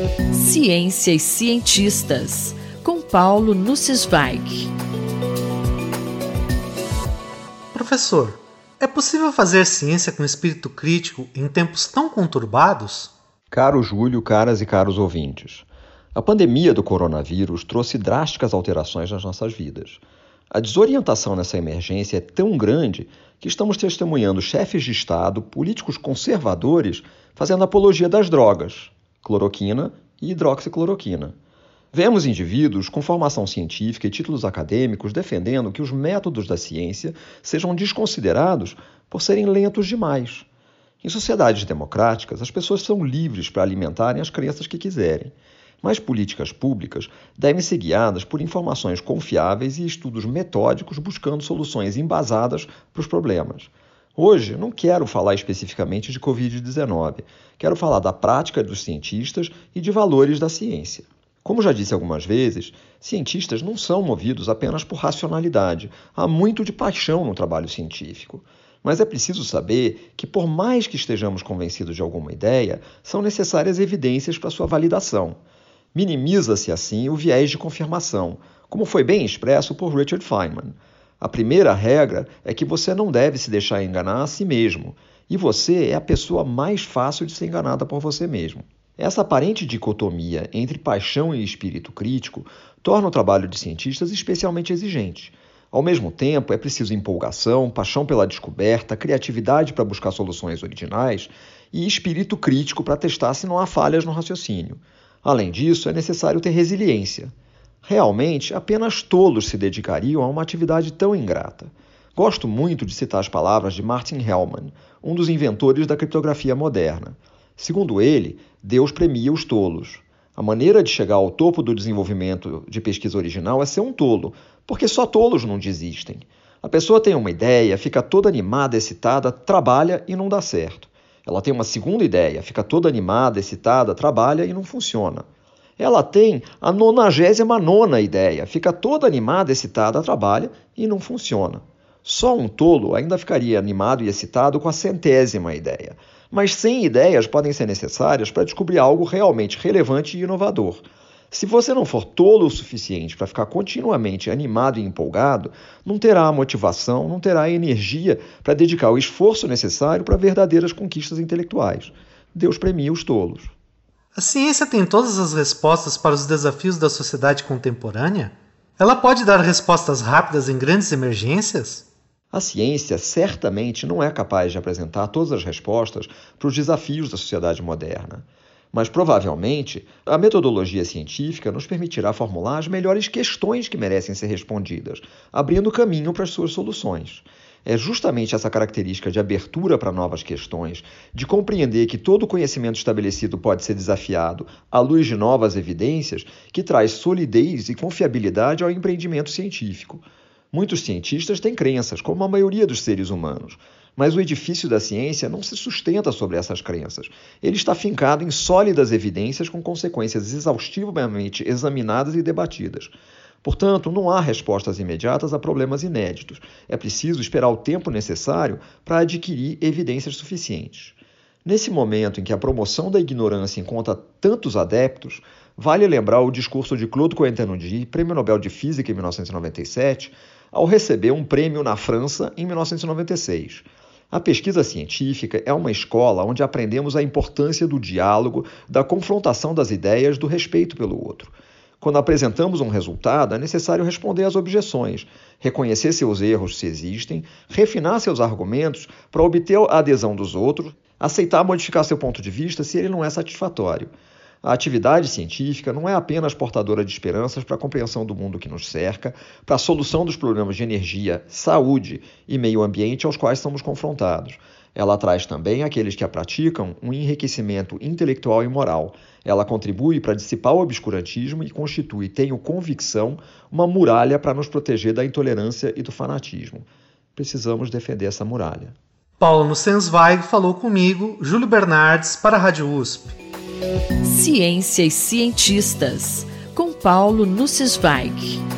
Ciência e cientistas, com Paulo Nussweig. Professor, é possível fazer ciência com espírito crítico em tempos tão conturbados? Caro Júlio, caras e caros ouvintes, a pandemia do coronavírus trouxe drásticas alterações nas nossas vidas. A desorientação nessa emergência é tão grande que estamos testemunhando chefes de Estado, políticos conservadores, fazendo apologia das drogas, cloroquina e hidroxicloroquina. Vemos indivíduos com formação científica e títulos acadêmicos defendendo que os métodos da ciência sejam desconsiderados por serem lentos demais. Em sociedades democráticas, as pessoas são livres para alimentarem as crenças que quiserem, mas políticas públicas devem ser guiadas por informações confiáveis e estudos metódicos buscando soluções embasadas para os problemas. Hoje, não quero falar especificamente de Covid-19, quero falar da prática dos cientistas e de valores da ciência. Como já disse algumas vezes, cientistas não são movidos apenas por racionalidade, há muito de paixão no trabalho científico. Mas é preciso saber que, por mais que estejamos convencidos de alguma ideia, são necessárias evidências para sua validação. Minimiza-se, assim, o viés de confirmação, como foi bem expresso por Richard Feynman. A primeira regra é que você não deve se deixar enganar a si mesmo, e você é a pessoa mais fácil de ser enganada por você mesmo. Essa aparente dicotomia entre paixão e espírito crítico torna o trabalho de cientistas especialmente exigente. Ao mesmo tempo, é preciso empolgação, paixão pela descoberta, criatividade para buscar soluções originais e espírito crítico para testar se não há falhas no raciocínio. Além disso, é necessário ter resiliência. Realmente, apenas tolos se dedicariam a uma atividade tão ingrata. Gosto muito de citar as palavras de Martin Hellman, um dos inventores da criptografia moderna. Segundo ele, Deus premia os tolos. A maneira de chegar ao topo do desenvolvimento de pesquisa original é ser um tolo, porque só tolos não desistem. A pessoa tem uma ideia, fica toda animada, excitada, trabalha e não dá certo. Ela tem uma segunda ideia, fica toda animada, excitada, trabalha e não funciona. Ela tem a 99ª ideia, fica toda animada, excitada, trabalha e não funciona. Só um tolo ainda ficaria animado e excitado com a 100ª ideia. Mas 100 ideias podem ser necessárias para descobrir algo realmente relevante e inovador. Se você não for tolo o suficiente para ficar continuamente animado e empolgado, não terá a motivação, não terá a energia para dedicar o esforço necessário para verdadeiras conquistas intelectuais. Deus premia os tolos. A ciência tem todas as respostas para os desafios da sociedade contemporânea? Ela pode dar respostas rápidas em grandes emergências? A ciência certamente não é capaz de apresentar todas as respostas para os desafios da sociedade moderna. Mas, provavelmente, a metodologia científica nos permitirá formular as melhores questões que merecem ser respondidas, abrindo caminho para as suas soluções. É justamente essa característica de abertura para novas questões, de compreender que todo conhecimento estabelecido pode ser desafiado à luz de novas evidências, que traz solidez e confiabilidade ao empreendimento científico. Muitos cientistas têm crenças, como a maioria dos seres humanos, mas o edifício da ciência não se sustenta sobre essas crenças. Ele está fincado em sólidas evidências com consequências exaustivamente examinadas e debatidas. Portanto, não há respostas imediatas a problemas inéditos. É preciso esperar o tempo necessário para adquirir evidências suficientes. Nesse momento em que a promoção da ignorância encontra tantos adeptos, vale lembrar o discurso de Claude Cohen-Tannoudji, Prêmio Nobel de Física em 1997, ao receber um prêmio na França em 1996. A pesquisa científica é uma escola onde aprendemos a importância do diálogo, da confrontação das ideias, do respeito pelo outro. Quando apresentamos um resultado, é necessário responder às objeções, reconhecer seus erros se existem, refinar seus argumentos para obter a adesão dos outros, aceitar modificar seu ponto de vista se ele não é satisfatório. A atividade científica não é apenas portadora de esperanças para a compreensão do mundo que nos cerca, para a solução dos problemas de energia, saúde e meio ambiente aos quais somos confrontados. Ela traz também àqueles que a praticam um enriquecimento intelectual e moral. Ela contribui para dissipar o obscurantismo e constitui, tenho convicção, uma muralha para nos proteger da intolerância e do fanatismo. Precisamos defender essa muralha. Paulo Nussweig falou comigo, Júlio Bernardes, para a Rádio USP. Ciência e cientistas, com Paulo Nussweig.